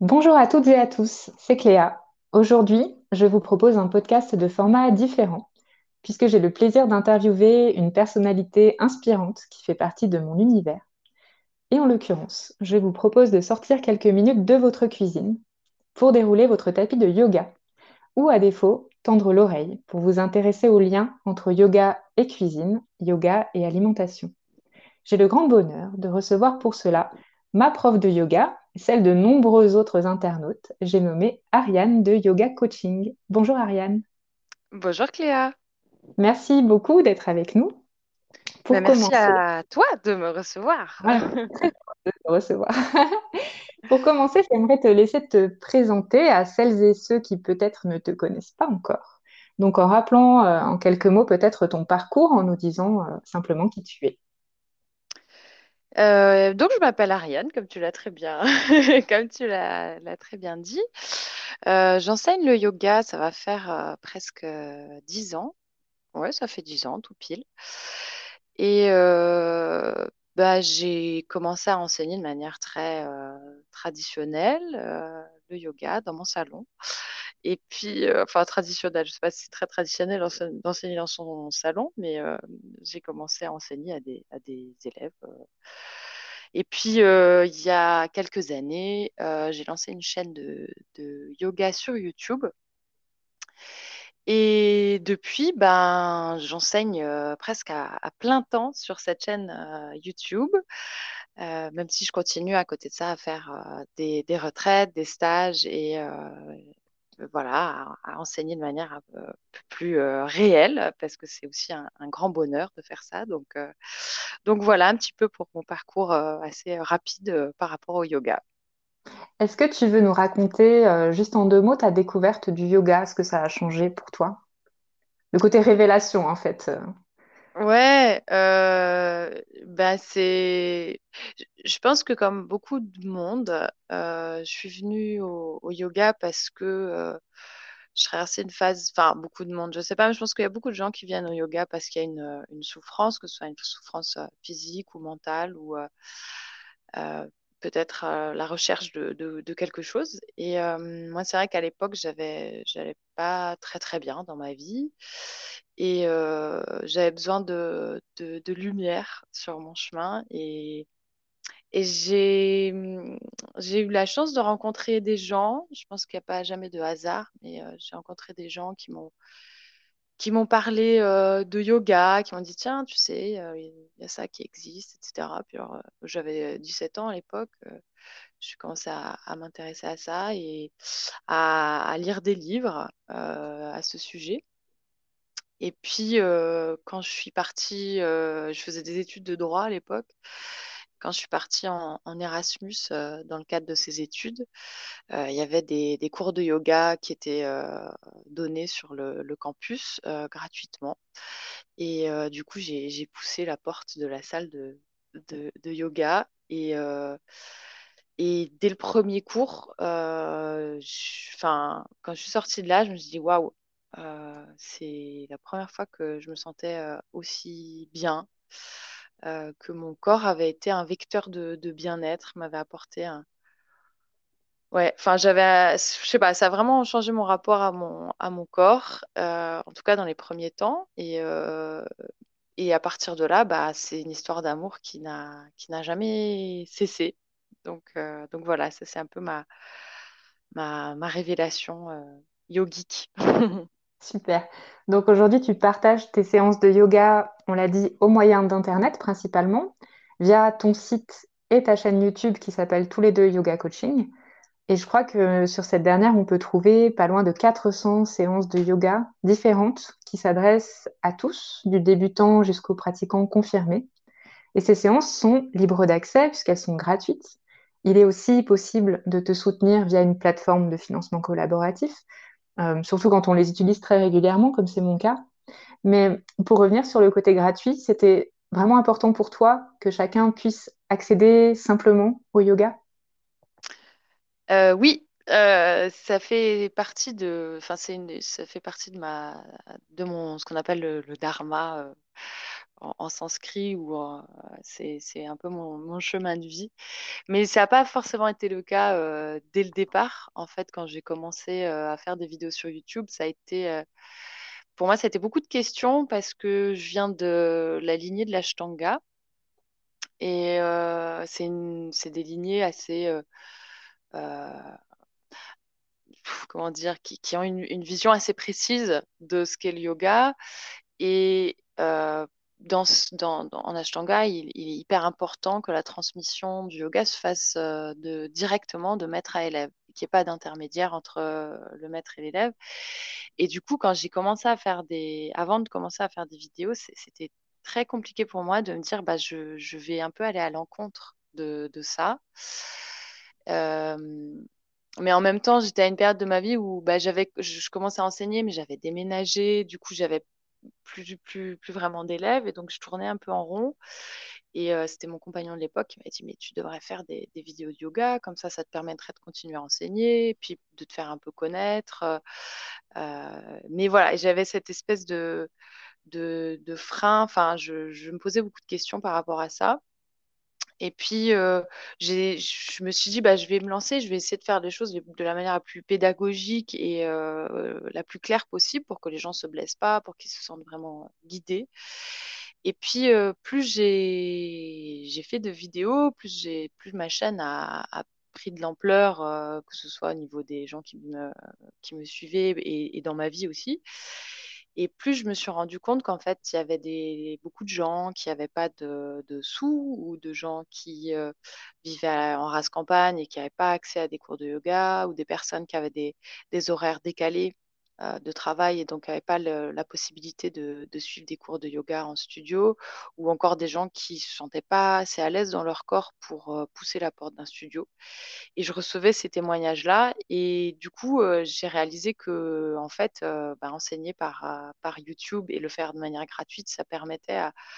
Bonjour à toutes et à tous, c'est Cléa. Aujourd'hui, je vous propose un podcast de format différent, puisque j'ai le plaisir d'interviewer une personnalité inspirante qui fait partie de mon univers. Et en l'occurrence, je vous propose de sortir quelques minutes de votre cuisine pour dérouler votre tapis de yoga, ou à défaut, tendre l'oreille pour vous intéresser au lien entre yoga et cuisine, yoga et alimentation. J'ai le grand bonheur de recevoir pour cela ma prof de yoga, celle de nombreux autres internautes. J'ai nommé Ariane de Yoga Coaching. Bonjour Ariane. Bonjour Cléa. Merci beaucoup d'être avec nous. Pour Merci commencer, à toi de me recevoir. voilà, très heureuse de te recevoir. Pour commencer, j'aimerais te laisser te présenter à celles et ceux qui peut-être ne te connaissent pas encore. Donc en rappelant en quelques mots peut-être ton parcours en nous disant simplement qui tu es. Donc je m'appelle Ariane, comme tu l'as très bien, comme tu l'as très bien dit. J'enseigne le yoga, ça va faire presque 10 ans. Ouais, ça fait 10 ans, tout pile. Et j'ai commencé à enseigner de manière très traditionnelle le yoga dans mon salon. Et puis, enfin, traditionnel, je ne sais pas si c'est très traditionnel d'enseigner dans son salon, mais j'ai commencé à enseigner à des élèves. Et puis, il y a quelques années, j'ai lancé une chaîne de yoga sur YouTube. Et depuis, ben, j'enseigne presque à plein temps sur cette chaîne YouTube, même si je continue à côté de ça à faire des retraites, des stages et voilà, à enseigner de manière un peu plus réelle, parce que c'est aussi un grand bonheur de faire ça. Donc voilà un petit peu pour mon parcours assez rapide par rapport au yoga. Est-ce que tu veux nous raconter juste en deux mots ta découverte du yoga, ce que ça a changé pour toi? Le côté révélation en fait. Ouais, je pense que comme beaucoup de monde, je suis venue au yoga parce que je traversais une phase, enfin beaucoup de monde, je sais pas, mais je pense qu'il y a beaucoup de gens qui viennent au yoga parce qu'il y a une souffrance, que ce soit une souffrance physique ou mentale ou euh, peut-être la recherche de quelque chose. Et moi, c'est vrai qu'à l'époque, j'allais pas très très bien dans ma vie et j'avais besoin de lumière sur mon chemin et j'ai eu la chance de rencontrer des gens. Je pense qu'il n'y a pas jamais de hasard, mais j'ai rencontré des gens qui m'ont parlé de yoga, qui m'ont dit, tiens, tu sais, il y a ça qui existe, etc. Puis alors, j'avais 17 ans à l'époque. Je commençais à m'intéresser à ça et à lire des livres à ce sujet. Et puis, quand je suis partie, je faisais des études de droit à l'époque. Quand je suis partie en Erasmus, dans le cadre de ces études, il y avait des cours de yoga qui étaient donnés sur le campus gratuitement. Et du coup, j'ai poussé la porte de la salle de yoga. Et dès le premier cours, enfin, quand je suis sortie de là, je me suis dit, waouh, c'est la première fois que je me sentais aussi bien, que mon corps avait été un vecteur de bien-être, m'avait apporté un. Ouais, enfin, je sais pas, ça a vraiment changé mon rapport à mon corps, en tout cas dans les premiers temps. Et à partir de là, bah, c'est une histoire d'amour qui n'a jamais cessé. Donc voilà, ça c'est un peu ma révélation yogique. Super. Donc aujourd'hui, tu partages tes séances de yoga, on l'a dit, au moyen d'Internet principalement, via ton site et ta chaîne YouTube qui s'appelle tous les deux Yoga Coaching. Et je crois que sur cette dernière, on peut trouver pas loin de 400 séances de yoga différentes qui s'adressent à tous, du débutant jusqu'au pratiquant confirmé. Et ces séances sont libres d'accès puisqu'elles sont gratuites. Il est aussi possible de te soutenir via une plateforme de financement collaboratif, surtout quand on les utilise très régulièrement, comme c'est mon cas. Mais pour revenir sur le côté gratuit, c'était vraiment important pour toi que chacun puisse accéder simplement au yoga. Oui, ça fait partie enfin ça fait partie de ce qu'on appelle le dharma. en sanskrit c'est un peu mon chemin de vie. Mais ça n'a pas forcément été le cas dès le départ. En fait, quand j'ai commencé à faire des vidéos sur YouTube, pour moi, ça a été beaucoup de questions parce que je viens de la lignée de l'Ashtanga. Et c'est des lignées assez, euh, comment dire, qui ont une vision assez précise de ce qu'est le yoga. Et en Ashtanga, il est hyper important que la transmission du yoga se fasse directement de maître à élève, qu'il n'y ait pas d'intermédiaire entre le maître et l'élève. Et du coup, avant de commencer à faire des vidéos, c'était très compliqué pour moi de me dire, bah, je vais un peu aller à l'encontre de ça. Euh, mais en même temps, j'étais à une période de ma vie où bah, je commençais à enseigner, mais j'avais déménagé. Du coup, j'avais plus vraiment d'élèves. Et donc, je tournais un peu en rond. Et c'était mon compagnon de l'époque qui m'a dit, mais tu devrais faire des vidéos de yoga. Comme ça te permettrait de continuer à enseigner, puis de te faire un peu connaître. Mais voilà, j'avais cette espèce de frein. Enfin, je me posais beaucoup de questions par rapport à ça. Et puis, je me suis dit, bah, je vais me lancer, je vais essayer de faire des choses de la manière la plus pédagogique et la plus claire possible pour que les gens ne se blessent pas, pour qu'ils se sentent vraiment guidés. Et puis, plus j'ai fait de vidéos, plus ma chaîne a pris de l'ampleur, que ce soit au niveau des gens qui me suivaient et dans ma vie aussi. Et plus je me suis rendu compte qu'en fait, il y avait beaucoup de gens qui n'avaient pas de sous ou de gens qui vivaient en race campagne et qui n'avaient pas accès à des cours de yoga ou des personnes qui avaient des horaires décalés de travail et donc n'avaient pas la possibilité de suivre des cours de yoga en studio ou encore des gens qui ne se sentaient pas assez à l'aise dans leur corps pour pousser la porte d'un studio. Et je recevais ces témoignages-là. Et du coup, j'ai réalisé que, en fait, bah, enseigner par YouTube et le faire de manière gratuite, ça permettait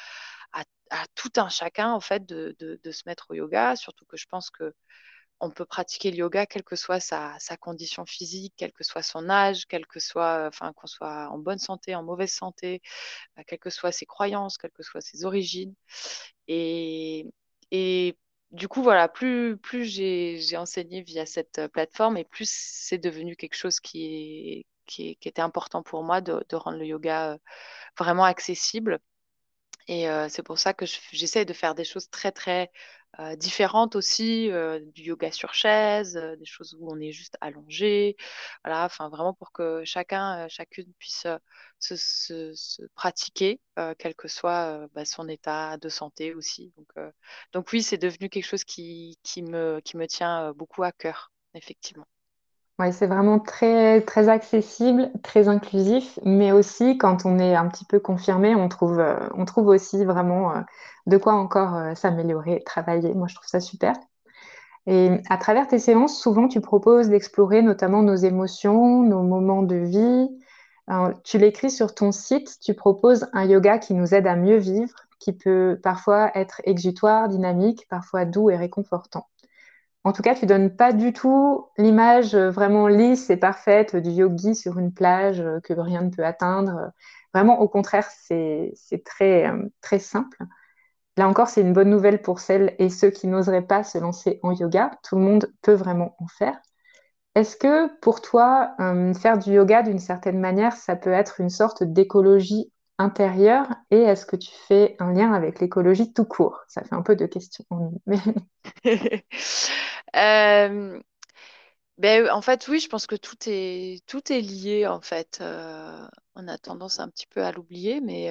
à tout un chacun, en fait, de se mettre au yoga. Surtout que je pense que on peut pratiquer le yoga quelle que soit sa condition physique, quel que soit son âge, enfin, qu'on soit en bonne santé, en mauvaise santé, quelles que soient ses croyances, quelles que soient ses origines. Et, et du coup, voilà, plus j'ai enseigné via cette plateforme et plus c'est devenu quelque chose qui était important pour moi de rendre le yoga vraiment accessible. Et c'est pour ça que j'essaie de faire des choses très, très différentes aussi, du yoga sur chaise, des choses où on est juste allongé. Voilà, enfin vraiment pour que chacune puisse se pratiquer, quel que soit bah, son état de santé aussi. Donc oui, c'est devenu quelque chose qui me tient beaucoup à cœur, effectivement. Ouais, c'est vraiment très, très accessible, très inclusif, mais aussi quand on est un petit peu confirmé, on trouve aussi vraiment de quoi encore s'améliorer, travailler. Moi, je trouve ça super. Et à travers tes séances, souvent, tu proposes d'explorer notamment nos émotions, nos moments de vie. Alors, tu l'écris sur ton site, tu proposes un yoga qui nous aide à mieux vivre, qui peut parfois être exutoire, dynamique, parfois doux et réconfortant. En tout cas, tu donnes pas du tout l'image vraiment lisse et parfaite du yogi sur une plage que rien ne peut atteindre. Vraiment, au contraire, c'est très, très simple. Là encore, c'est une bonne nouvelle pour celles et ceux qui n'oseraient pas se lancer en yoga. Tout le monde peut vraiment en faire. Est-ce que pour toi, faire du yoga d'une certaine manière, ça peut être une sorte d'écologie intérieure? Et est-ce que tu fais un lien avec l'écologie tout court? Ça fait un peu de questions en une. Mais Euh, Ben, en fait, oui, je pense que tout est lié, en fait. On a tendance un petit peu à l'oublier, mais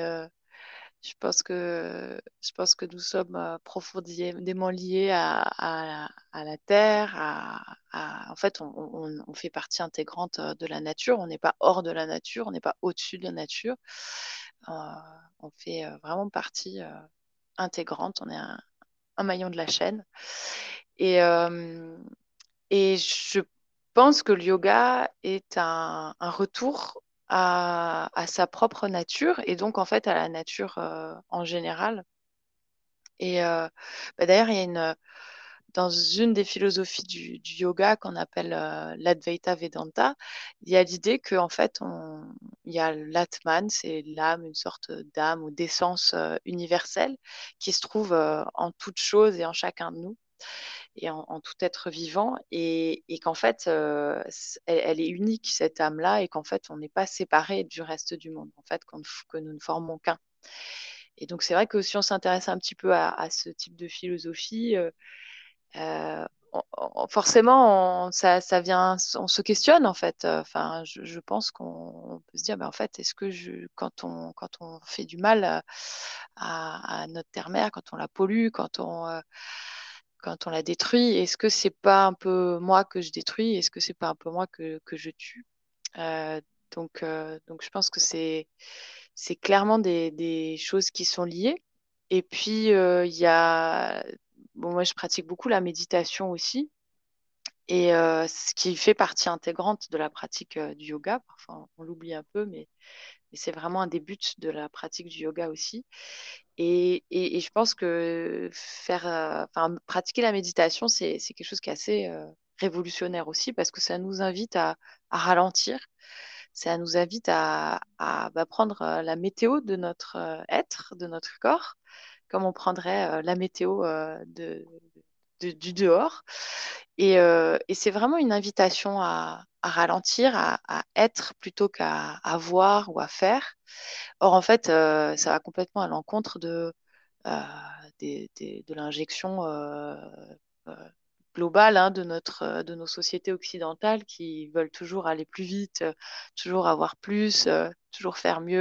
je pense que nous sommes profondément liés à la Terre. En fait, on fait partie intégrante de la nature. On n'est pas hors de la nature, on n'est pas au-dessus de la nature. Euh, on fait vraiment partie intégrante. On est un maillon de la chaîne. Et, euh, et je pense que le yoga est un retour à sa propre nature et donc en fait à la nature en général. Et bah, d'ailleurs, dans une des philosophies du yoga qu'on appelle l'Advaita Vedanta, il y a l'idée qu'en fait, il y a l'Atman, c'est l'âme, une sorte d'âme ou d'essence universelle qui se trouve en toute chose et en chacun de nous et en tout être vivant, et qu'en fait, elle est unique, cette âme-là, et qu'en fait, on n'est pas séparés du reste du monde, en fait, que nous ne formons qu'un. Et donc, c'est vrai que si on s'intéresse un petit peu à ce type de philosophie, euh, forcément, ça vient, on se questionne en fait. Enfin, je pense qu'on peut se dire, ben, en fait, est-ce que quand on fait du mal à notre terre-mère, quand on la pollue, quand on la détruit, est-ce que c'est pas un peu moi que je détruis? Est-ce que c'est pas un peu moi que je tue? Euh, donc, je pense que c'est clairement des choses qui sont liées. Et puis, il y a, bon, moi, je pratique beaucoup la méditation aussi. Et ce qui fait partie intégrante de la pratique du yoga. Parfois, on l'oublie un peu, mais c'est vraiment un des buts de la pratique du yoga aussi. Et je pense que enfin, pratiquer la méditation, c'est quelque chose qui est assez révolutionnaire aussi parce que ça nous invite à ralentir, ça nous invite à prendre la météo de notre être, de notre corps, comme on prendrait la météo du dehors. Et c'est vraiment une invitation à ralentir, à être plutôt qu'à voir ou à faire. Or, en fait, ça va complètement à l'encontre euh, de l'injection euh, globale hein, de nos sociétés occidentales qui veulent toujours aller plus vite, toujours avoir plus, toujours faire mieux,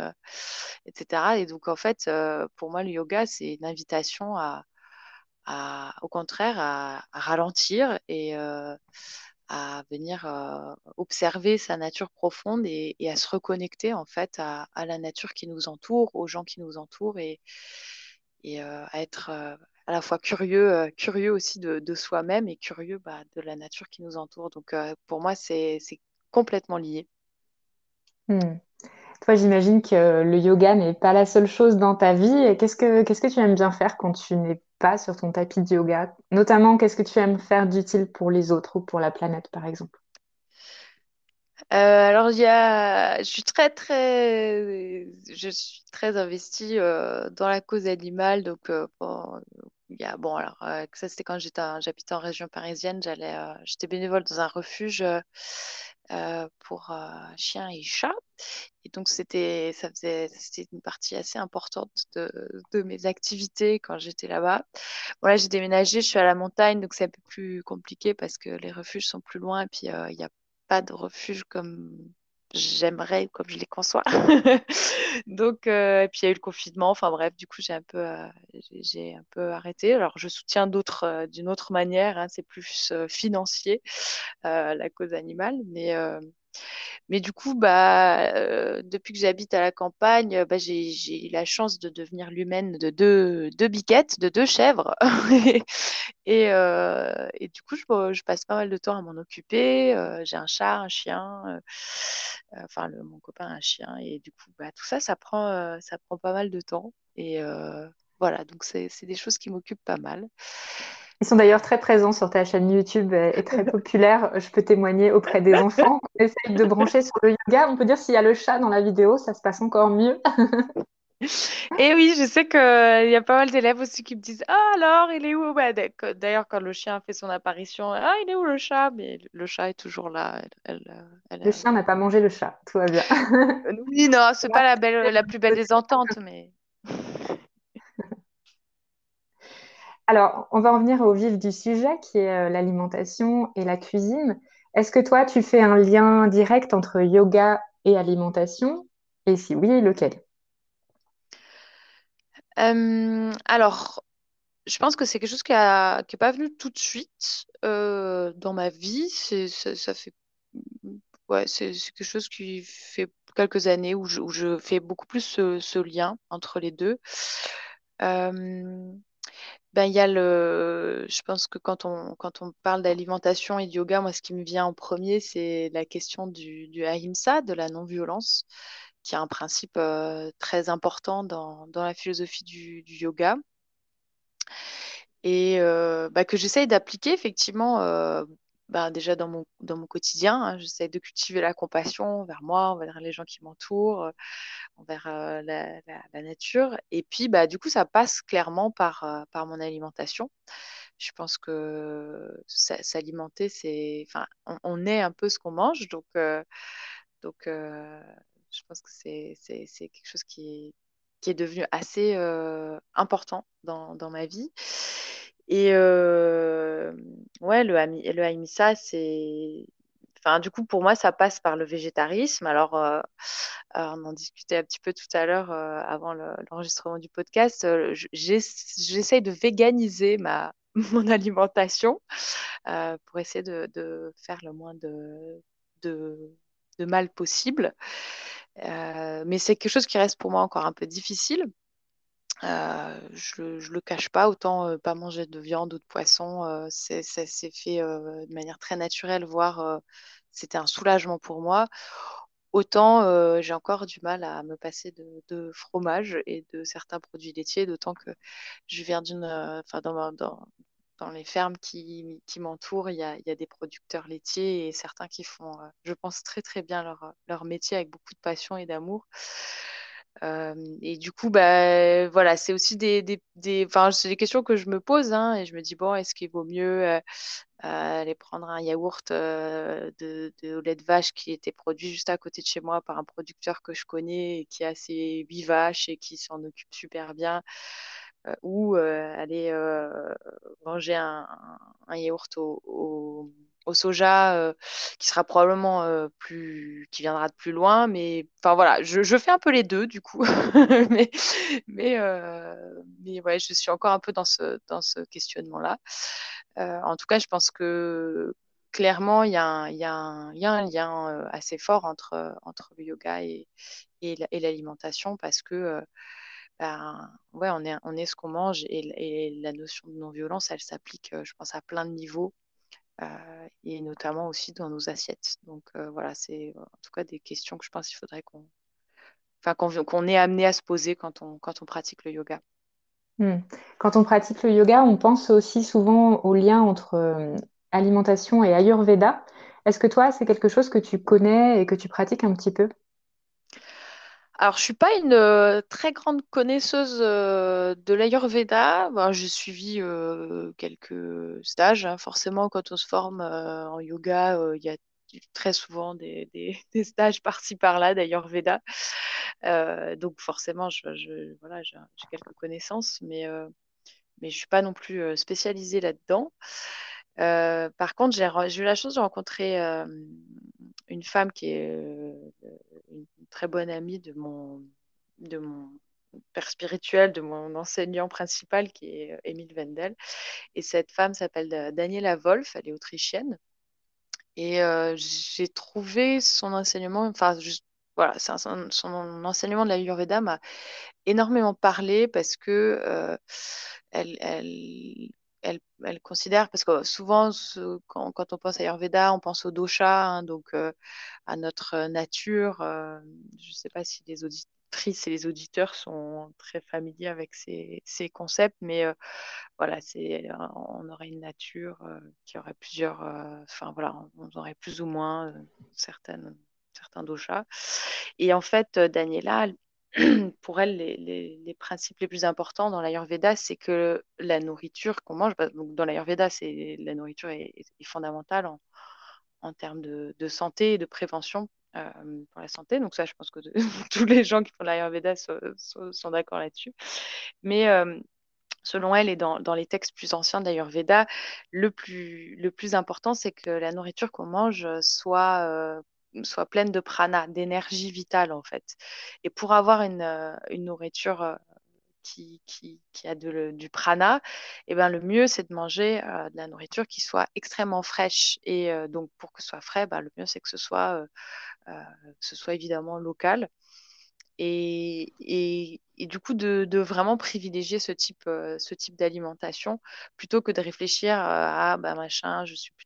etc. Et donc, en fait, pour moi, le yoga, c'est une invitation au contraire, à ralentir et à venir observer sa nature profonde et à se reconnecter en fait à la nature qui nous entoure, aux gens qui nous entourent et à être à la fois curieux aussi de soi-même et curieux bah, de la nature qui nous entoure. Donc pour moi, c'est complètement lié. Hmm. Toi, j'imagine que le yoga n'est pas la seule chose dans ta vie. Et qu'est-ce que tu aimes bien faire quand tu n'es pas sur ton tapis de yoga? Notamment, qu'est-ce que tu aimes faire d'utile pour les autres ou pour la planète, par exemple? Alors, je suis très investie dans la cause animale. Donc, bon, bon, alors, ça, c'était quand j'habitais en région parisienne. J'étais bénévole dans un refuge pour chiens et chats. Et donc, c'était une partie assez importante de mes activités quand j'étais là-bas. Bon, là, j'ai déménagé, je suis à la montagne, donc c'est un peu plus compliqué parce que les refuges sont plus loin et puis il n'y a pas de refuge comme j'aimerais, comme je les conçois. Donc, et puis il y a eu le confinement, enfin bref, du coup, j'ai un peu arrêté. Alors, je soutiens d'autres, d'une autre manière, hein, c'est plus financier, la cause animale, mais du coup, bah, depuis que j'habite à la campagne, bah, j'ai eu la chance de devenir l'humaine de deux biquettes, de deux chèvres. Et du coup, je passe pas mal de temps à m'en occuper. J'ai un chat, un chien, enfin, mon copain a un chien. Et du coup, bah, tout ça, ça prend pas mal de temps. Et voilà, donc c'est des choses qui m'occupent pas mal. Ils sont d'ailleurs très présents sur ta chaîne YouTube et très populaires. Je peux témoigner auprès des enfants. On essaye de brancher sur le yoga. On peut dire s'il y a le chat dans la vidéo, ça se passe encore mieux. Et oui, je sais qu'il y a pas mal d'élèves aussi qui me disent ah, alors, il est où? Bah, d'ailleurs, quand le chien fait son apparition, ah, il est où le chat? Mais le chat est toujours là. Le chien n'a pas mangé le chat. Tout va bien. Oui, non, c'est pas la plus belle des ententes, mais. Alors, on va en venir au vif du sujet qui est l'alimentation et la cuisine. Est-ce que toi, tu fais un lien direct entre yoga et alimentation? Et si oui, lequel? Alors, je pense que c'est quelque chose qui est pas venu tout de suite dans ma vie. Ça fait, ouais, c'est quelque chose qui fait quelques années où je fais beaucoup plus ce lien entre les deux. Euh, Ben, je pense que quand on parle d'alimentation et de yoga, moi, ce qui me vient en premier, c'est la question du ahimsa, de la non-violence, qui est un principe très important dans la philosophie du yoga. et que j'essaye d'appliquer effectivement déjà dans mon quotidien, hein. J'essaye de cultiver la compassion envers moi, envers les gens qui m'entourent, envers la nature. Et puis, du coup, ça passe clairement par mon alimentation. Je pense que s'alimenter, enfin, on est un peu ce qu'on mange, donc, je pense que c'est quelque chose qui est devenu assez important dans ma vie. Et ouais, le Haïmissa, enfin, du coup, pour moi, ça passe par le végétarisme. Alors, on en discutait un petit peu tout à l'heure avant l'enregistrement du podcast. J'essaye de véganiser mon alimentation pour essayer de faire le moins de, de mal possible. Mais c'est quelque chose qui reste pour moi encore un peu difficile. Je le cache pas, autant pas manger de viande ou de poisson, ça s'est fait de manière très naturelle, voire c'était un soulagement pour moi. Autant j'ai encore du mal à me passer de fromage et de certains produits laitiers, d'autant que je viens enfin dans les fermes qui m'entourent, il y a des producteurs laitiers et certains qui font, je pense, très très bien leur métier avec beaucoup de passion et d'amour. Et du coup, voilà, c'est aussi enfin, c'est des questions que je me pose, hein, et je me dis, bon, est-ce qu'il vaut mieux aller prendre un yaourt au lait de vache qui était produit juste à côté de chez moi par un producteur que je connais et qui a ses 8 vaches et qui s'en occupe super bien, ou aller manger un yaourt au soja qui sera probablement qui viendra de plus loin. Mais enfin voilà, je fais un peu les deux du coup. mais, mais ouais, je suis encore un peu dans ce questionnement-là. En tout cas, je pense que clairement, il y a un lien assez fort entre le yoga et l'alimentation parce que ouais, on est ce qu'on mange et la notion de non-violence, elle s'applique, je pense, à plein de niveaux et notamment aussi dans nos assiettes. Donc voilà, c'est en tout cas des questions que je pense qu'il faudrait enfin, qu'on est amené à se poser quand on pratique le yoga. Hmm. Quand on pratique le yoga, on pense aussi souvent au lien entre alimentation et Ayurveda. Est-ce que toi, c'est quelque chose que tu connais et que tu pratiques un petit peu? Alors, je suis pas une très grande connaisseuse de l'Ayurveda. Bon, j'ai suivi quelques stages, hein. Forcément, quand on se forme en yoga, il y a très souvent des stages par-ci par-là d'Ayurveda. Donc, forcément, voilà, j'ai quelques connaissances, mais je suis pas non plus spécialisée là-dedans. Par contre, j'ai eu la chance de rencontrer une femme qui est une très bonne amie de mon père spirituel, de mon enseignant principal, qui est Émile Wendel. Et cette femme s'appelle Daniela Wolf, elle est autrichienne. Et j'ai trouvé son enseignement, enfin, juste, voilà, son enseignement de l'Ayurveda m'a énormément parlé parce que elle, elle, elle considère, parce que souvent, quand on pense à Ayurveda, on pense au dosha, hein, donc à notre nature. Je ne sais pas si les auditrices et les auditeurs sont très familiers avec ces concepts, mais voilà, on aurait une nature qui aurait plusieurs, enfin voilà, on aurait plus ou moins certains doshas. Et en fait, Daniela, pour elle, les principes les plus importants dans l'Ayurveda, c'est que la nourriture qu'on mange, donc dans l'Ayurveda, la nourriture est fondamentale en termes de santé et de prévention pour la santé. Donc ça, je pense que tous les gens qui font l'Ayurveda sont d'accord là-dessus. Mais selon elle et dans les textes plus anciens d'Ayurveda, le plus important, c'est que la nourriture qu'on mange soit pleine de prana, d'énergie vitale en fait. Et pour avoir une nourriture qui a du prana, eh ben, le mieux, c'est de manger de la nourriture qui soit extrêmement fraîche. Et donc, pour que ce soit frais, ben, le mieux, c'est que ce soit évidemment local. Et du coup, de vraiment privilégier ce type d'alimentation plutôt que de réfléchir à bah, machin,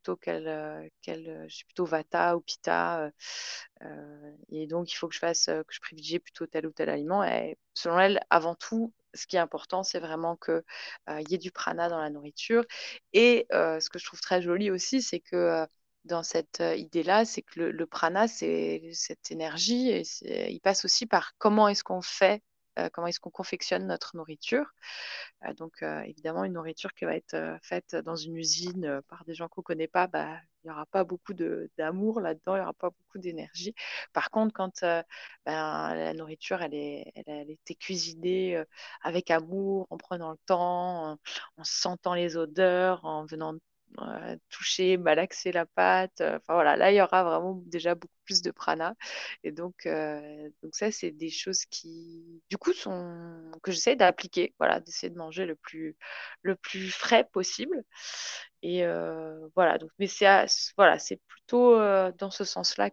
je suis plutôt Vata ou Pitta. Et donc, il faut que que je privilégie plutôt tel ou tel aliment. Et selon elle, avant tout, ce qui est important, c'est vraiment que, y ait du prana dans la nourriture. Et ce que je trouve très joli aussi, c'est que dans cette idée-là, c'est que le prana, c'est cette énergie et il passe aussi par comment est-ce qu'on fait, comment est-ce qu'on confectionne notre nourriture. Donc, évidemment, une nourriture qui va être faite dans une usine par des gens qu'on ne connaît pas, bah, il n'y aura pas beaucoup d'amour là-dedans, il n'y aura pas beaucoup d'énergie. Par contre, quand ben, la nourriture, elle a été cuisinée avec amour, en prenant le temps, en sentant les odeurs, en venant toucher, malaxer la pâte. Enfin voilà, là, il y aura vraiment déjà beaucoup plus de prana. Et donc ça, c'est des choses qui, du coup, que j'essaie d'appliquer, voilà, d'essayer de manger le plus frais possible. Et voilà, donc, mais voilà, c'est plutôt dans ce sens-là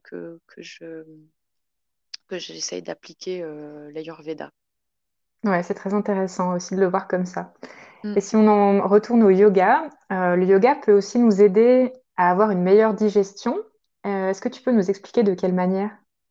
que j'essaye d'appliquer l'Ayurveda. Ouais, c'est très intéressant aussi de le voir comme ça. Mm. Et si on en retourne au yoga, le yoga peut aussi nous aider à avoir une meilleure digestion. Est-ce que tu peux nous expliquer de quelle manière?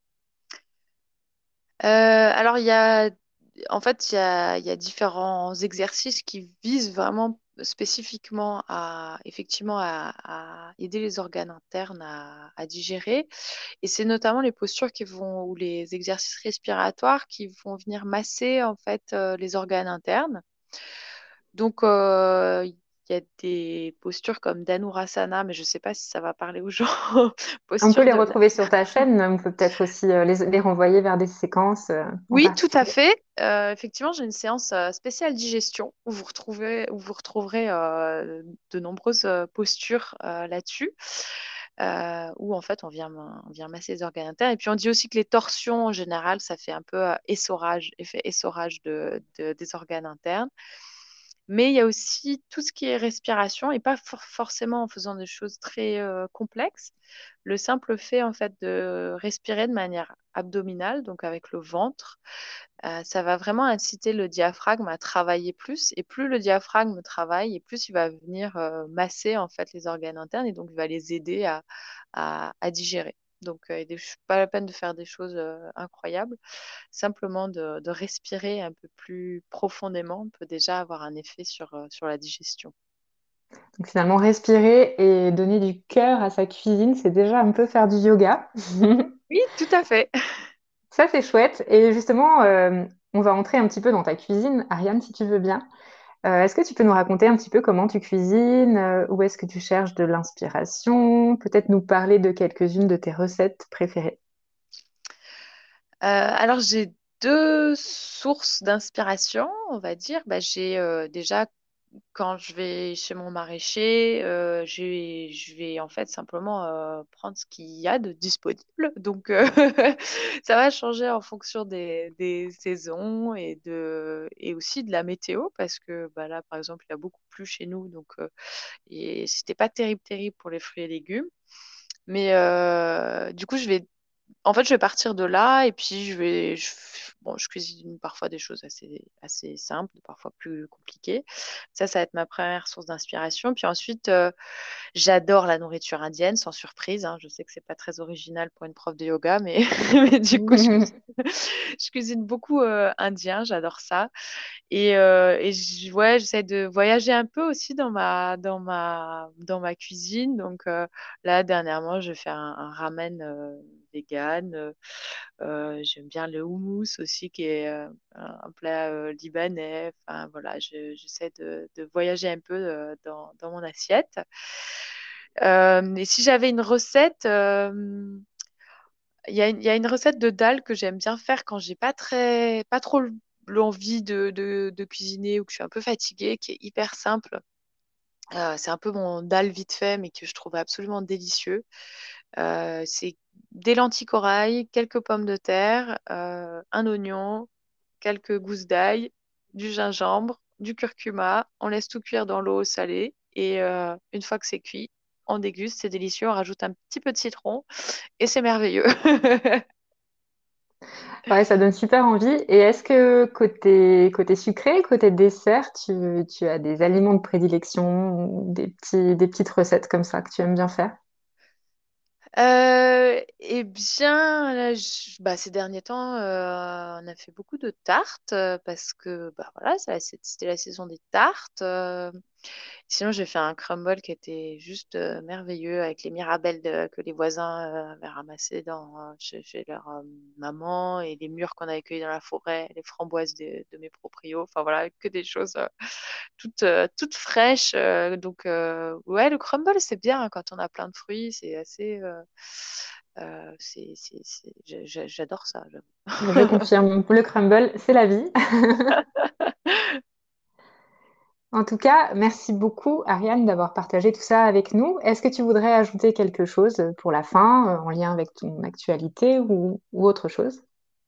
Alors, en fait, il y a différents exercices qui visent vraiment spécifiquement effectivement, à aider les organes internes à digérer. Et c'est notamment les postures ou les exercices respiratoires qui vont venir masser, en fait, les organes internes. Donc, il y a des postures comme Dhanurasana, mais je ne sais pas si ça va parler aux gens. On peut Posture les de retrouver sur ta chaîne, on peut peut-être aussi les renvoyer vers des séquences en Oui, tout à particulier. fait. Effectivement, j'ai une séance spéciale digestion où vous retrouverez de nombreuses postures là-dessus, où en fait on vient masser les organes internes. Et puis on dit aussi que les torsions en général, ça fait un peu effet essorage des organes internes. Mais il y a aussi tout ce qui est respiration et pas forcément en faisant des choses très complexes. Le simple fait en fait de respirer de manière abdominale, donc avec le ventre, ça va vraiment inciter le diaphragme à travailler plus. Et plus le diaphragme travaille, et plus il va venir masser en fait les organes internes et donc il va les aider à digérer. Donc, pas la peine de faire des choses incroyables. Simplement de respirer un peu plus profondément peut déjà avoir un effet sur la digestion. Donc finalement, respirer et donner du cœur à sa cuisine, c'est déjà un peu faire du yoga. Oui, tout à fait. Ça, c'est chouette. Et justement, on va entrer un petit peu dans ta cuisine, Ariane, si tu veux bien. Est-ce que tu peux nous raconter un petit peu comment tu cuisines, où est-ce que tu cherches de l'inspiration, peut-être nous parler de quelques-unes de tes recettes préférées? Alors, j'ai deux sources d'inspiration, on va dire. Bah, j'ai déjà, quand je vais chez mon maraîcher, je vais en fait simplement prendre ce qu'il y a de disponible. Donc, ça va changer en fonction des saisons et aussi de la météo, parce que bah, là, par exemple, il y a beaucoup plu chez nous, donc et c'était pas terrible pour les fruits et légumes. Mais du coup, en fait, je vais partir de là et puis bon, je cuisine parfois des choses assez simples, parfois plus compliquées. Ça va être ma première source d'inspiration. Puis ensuite, j'adore la nourriture indienne, sans surprise, hein. Je sais que c'est pas très original pour une prof de yoga, mais, mais du coup, je cuisine beaucoup indien. J'adore ça. Ouais, j'essaie de voyager un peu aussi dans ma cuisine. Donc là, dernièrement, je fais un ramen vegan. J'aime bien le houmous aussi, qui est un plat libanais. Enfin, voilà, j'essaie de voyager un peu dans mon assiette. Et si j'avais une recette, il y a une recette de dal que j'aime bien faire quand j'ai pas trop l'envie de cuisiner ou que je suis un peu fatiguée, qui est hyper simple. C'est un peu mon dal vite fait, mais que je trouve absolument délicieux. C'est des lentilles corail, quelques pommes de terre, un oignon, quelques gousses d'ail, du gingembre, du curcuma. On laisse tout cuire dans l'eau salée et une fois que c'est cuit, on déguste, c'est délicieux. On rajoute un petit peu de citron et c'est merveilleux. Ouais, ça donne super envie. Et est-ce que côté sucré, côté dessert, tu as des aliments de prédilection, ou des petites recettes comme ça que tu aimes bien faire? Eh bien, là, ces derniers temps, on a fait beaucoup de tartes parce que bah, voilà, c'était la saison des tartes. Sinon, j'ai fait un crumble qui était juste merveilleux avec les mirabelles que les voisins avaient ramassées chez leur maman et les mûres qu'on avait cueillies dans la forêt, les framboises de mes proprios. Enfin voilà, que des choses toutes fraîches. Ouais, le crumble, c'est bien hein, quand on a plein de fruits. C'est assez. J'adore ça. Je confirme, le crumble, c'est la vie. En tout cas, merci beaucoup, Ariane, d'avoir partagé tout ça avec nous. Est-ce que tu voudrais ajouter quelque chose pour la fin, en lien avec ton actualité ou autre chose?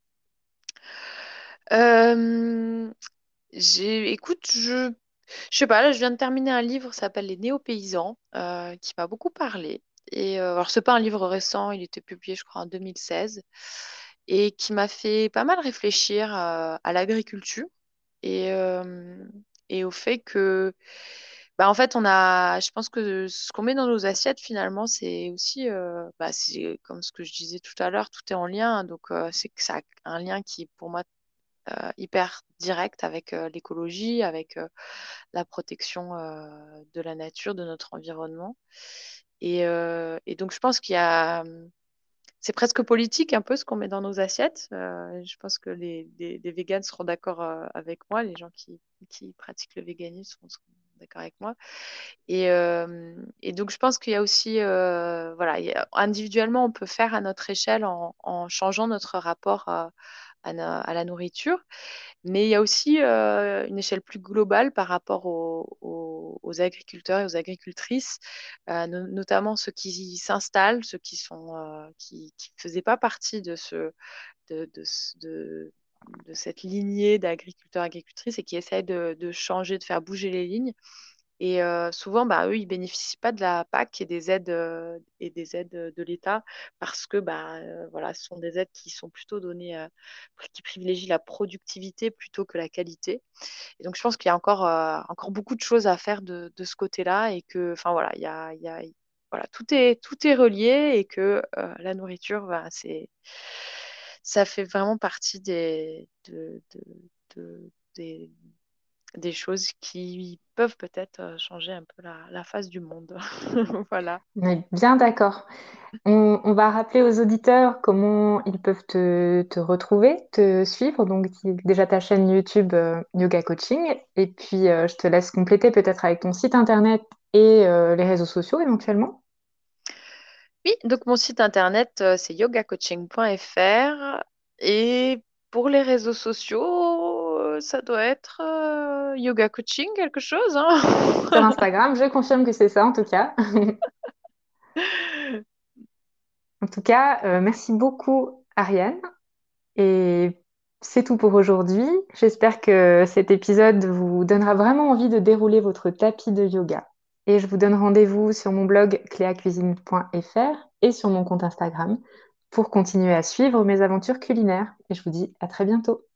Euh, écoute, je sais pas, là, je viens de terminer un livre, ça s'appelle Les Néo-Paysans, qui m'a beaucoup parlé. Alors, c'est pas un livre récent, il était publié, je crois, en 2016, et qui m'a fait pas mal réfléchir à l'agriculture et, euh, et au fait que, bah, en fait, je pense que ce qu'on met dans nos assiettes, finalement, c'est aussi, c'est comme ce que je disais tout à l'heure, tout est en lien. Donc, c'est que ça a un lien qui, pour moi, hyper direct avec l'écologie, avec la protection de la nature, de notre environnement. Et donc, je pense c'est presque politique un peu ce qu'on met dans nos assiettes. Je pense que les véganes seront d'accord avec moi, les gens qui pratiquent le véganisme seront d'accord avec moi. Et donc, je pense qu'il y a aussi, voilà, individuellement, on peut faire à notre échelle en changeant notre rapport à la nourriture. Mais il y a aussi une échelle plus globale par rapport aux agriculteurs et aux agricultrices, notamment ceux qui s'installent, ceux qui faisaient pas partie de, de, ce- de- de cette lignée d'agriculteurs et agricultrices et qui essayent de changer, de faire bouger les lignes. Et souvent, bah, eux, ils bénéficient pas de la PAC et des aides de l'État parce que voilà, ce sont des aides qui sont plutôt données, qui privilégient la productivité plutôt que la qualité. Et donc, je pense qu'il y a encore beaucoup de choses à faire de ce côté-là et que, enfin voilà, voilà, tout est relié et que la nourriture, ça fait vraiment partie de- des, des choses qui peuvent peut-être changer un peu la face du monde. Voilà. On est bien d'accord. On va rappeler aux auditeurs comment ils peuvent te retrouver, te suivre. Donc, déjà ta chaîne YouTube Yoga Coaching. Et puis, je te laisse compléter peut-être avec ton site internet et les réseaux sociaux éventuellement. Oui, donc mon site internet, c'est yogacoaching.fr. Et pour les réseaux sociaux, ça doit être yoga coaching, quelque chose, hein. Sur Instagram, je confirme que c'est ça en tout cas. En tout cas, merci beaucoup, Ariane. Et c'est tout pour aujourd'hui. J'espère que cet épisode vous donnera vraiment envie de dérouler votre tapis de yoga. Et je vous donne rendez-vous sur mon blog cléacuisine.fr et sur mon compte Instagram pour continuer à suivre mes aventures culinaires. Et je vous dis à très bientôt.